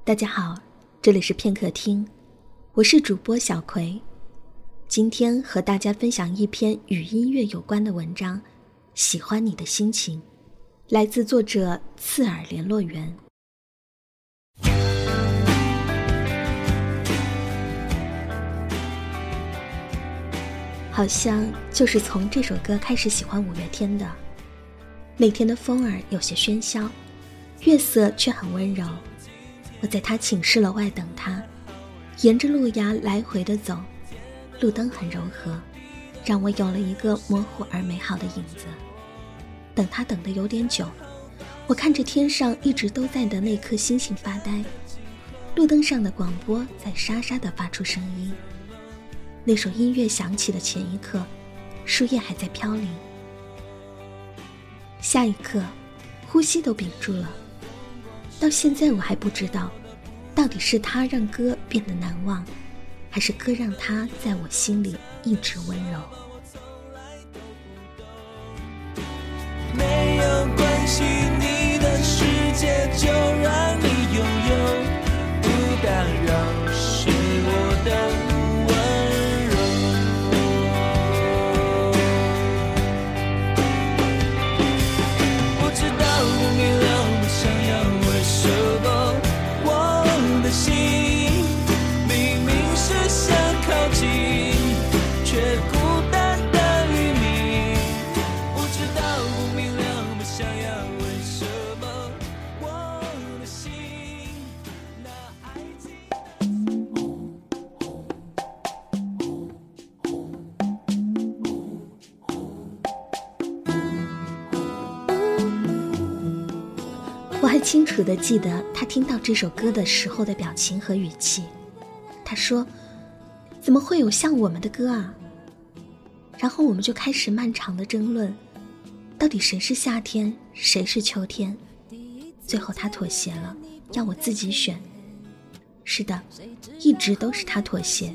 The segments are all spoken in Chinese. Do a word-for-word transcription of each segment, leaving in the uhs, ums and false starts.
大家好，这里是片刻听，我是主播小葵。今天和大家分享一篇与音乐有关的文章，喜欢你的心情，来自作者刺耳联络员。好像就是从这首歌开始喜欢五月天的。那天的风儿有些喧嚣，月色却很温柔。我在他寝室楼外等他，沿着路牙来回的走，路灯很柔和，让我有了一个模糊而美好的影子。等他等得有点久，我看着天上一直都在的那颗星星发呆，路灯上的广播在沙沙地发出声音。那首音乐响起的前一刻，树叶还在飘零，下一刻呼吸都屏住了。到现在我还不知道，到底是他让歌变得难忘，还是歌让他在我心里一直温柔。 没有关系，你的世界就让你拥有，不打扰是我的我还清楚地记得他听到这首歌的时候的表情和语气。他说，怎么会有像我们的歌啊？然后我们就开始漫长的争论，到底谁是夏天，谁是秋天。最后他妥协了，要我自己选。是的，一直都是他妥协。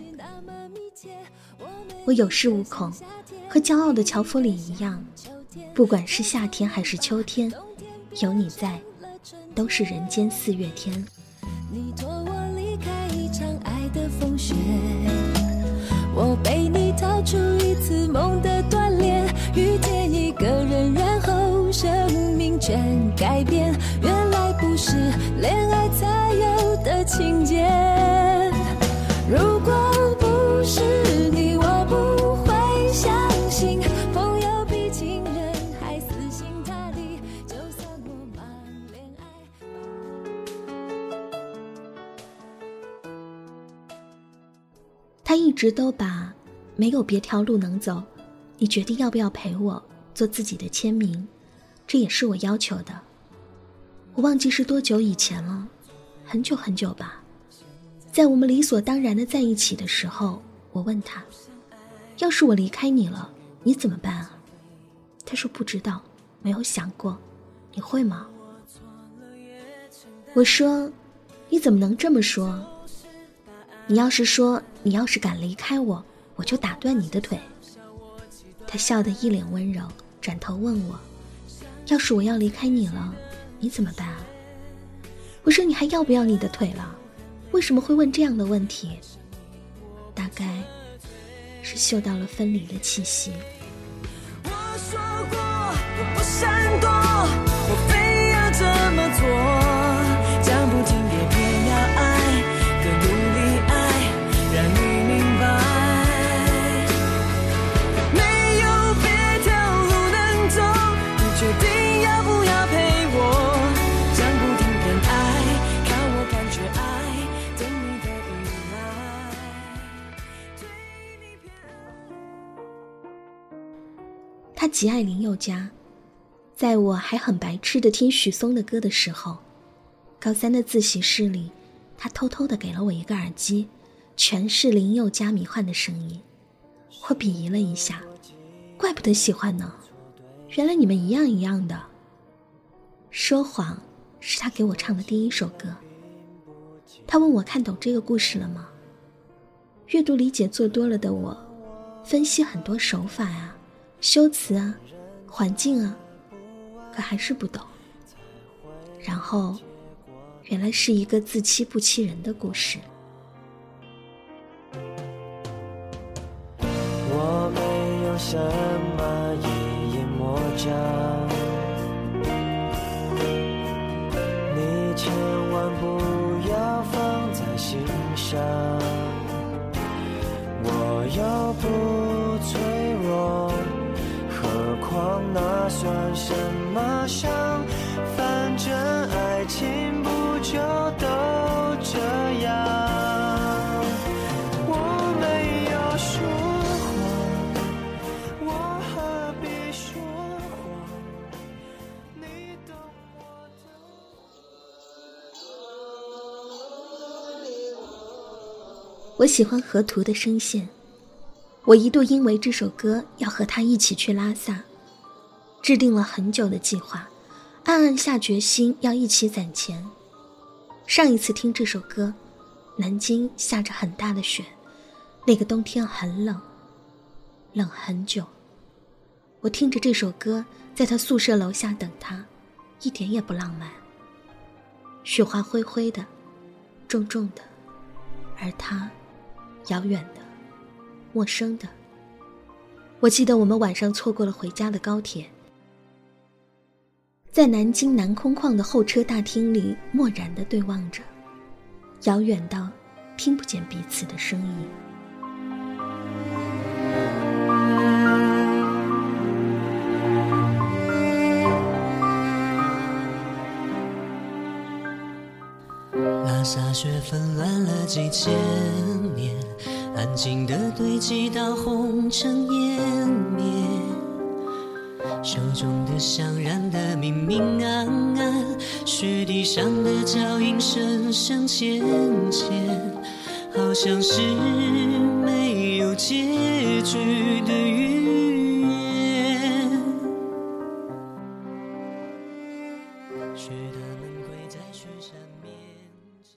我有恃无恐，和骄傲的乔弗里一样，不管是夏天还是秋天，有你在，都是人间四月天。 你托我离开一场爱的风雪，我被你逃出一次梦的锻炼，遇见一个人，然后生命全改变，原来不是恋爱才有的情节。如果不是你，我不会相信朋友比情人还死心塌地，就算我忙恋爱。 他一直都把没有别条路能走，你决定要不要陪我做自己的签名，这也是我要求的。我忘记是多久以前了，很久很久吧。在我们理所当然的在一起的时候，我问他，要是我离开你了，你怎么办啊？他说不知道，没有想过。你会吗？我说，你怎么能这么说？你要是说你要是敢离开我，我就打断你的腿。他笑得一脸温柔，转头问我，要是我要离开你了，你怎么办啊？我说你还要不要你的腿了？为什么会问这样的问题？大概是嗅到了分离的气息。 我说过我不闪躲，我非要这么做，讲不听也偏要爱，更努力爱，让你明白，没有别条路能走，你决定要不要陪我，讲不听更爱，看我感觉爱，等你的依赖，对你偏。 他极爱林宥嘉，在我还很白痴的听许嵩的歌的时候，高三的自习室里，他偷偷地给了我一个耳机，全是林宥嘉迷幻的声音。我鄙夷了一下，怪不得喜欢呢，原来你们一样一样的。说谎是他给我唱的第一首歌。他问我看懂这个故事了吗？阅读理解做多了的我，分析很多手法啊，修辞啊，环境啊，可还是不懂。然后原来是一个自欺不欺人的故事。 我没有什么一言魔障，你千万不要放在心上，我又不脆弱，何况那算什么伤？反正爱情不就都这样。我没有说谎，我何必说谎？你懂我的。 我喜欢河图的声线，我一度因为这首歌要和他一起去拉萨，制定了很久的计划，暗暗下决心要一起攒钱。上一次听这首歌，南京下着很大的雪，那个冬天很冷，冷很久。我听着这首歌，在他宿舍楼下等他，一点也不浪漫。雪花灰灰的，重重的，而他遥远的，陌生的。我记得我们晚上错过了回家的高铁，在南京南空旷的候车大厅里默然地对望着，遥远到听不见彼此的声音。 拉萨雪纷乱了几千年，安静地堆积到红尘湮灭，手中的香燃得明明暗暗，雪地上的脚印深深浅浅，好像是没有结局的语言。雪的门归在雪山面前。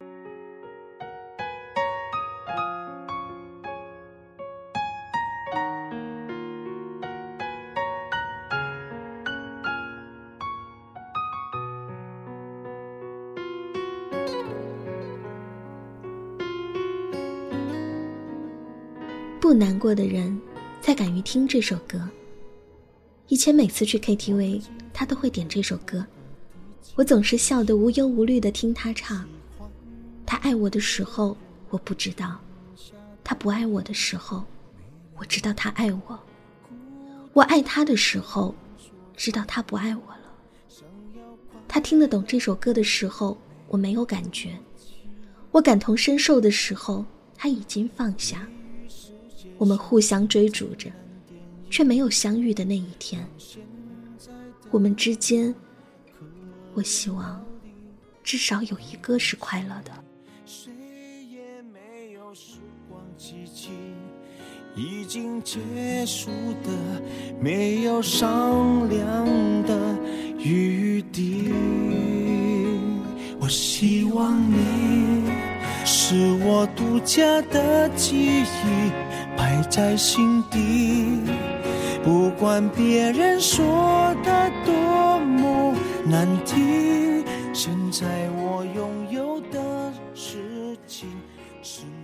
不难过的人才敢于听这首歌。以前每次去 K T V， 他都会点这首歌，我总是笑得无忧无虑地听他唱。他爱我的时候我不知道，他不爱我的时候我知道他爱我，我爱他的时候知道他不爱我了。他听得懂这首歌的时候我没有感觉，我感同身受的时候他已经放下。我们互相追逐着，却没有相遇的那一天。我们之间，我希望至少有一个是快乐的。 谁也没有时光机器，已经结束的没有商量的余地。我希望你是我独家的记忆，摆在心底，不管别人说的多么难听，现在我拥有的事情是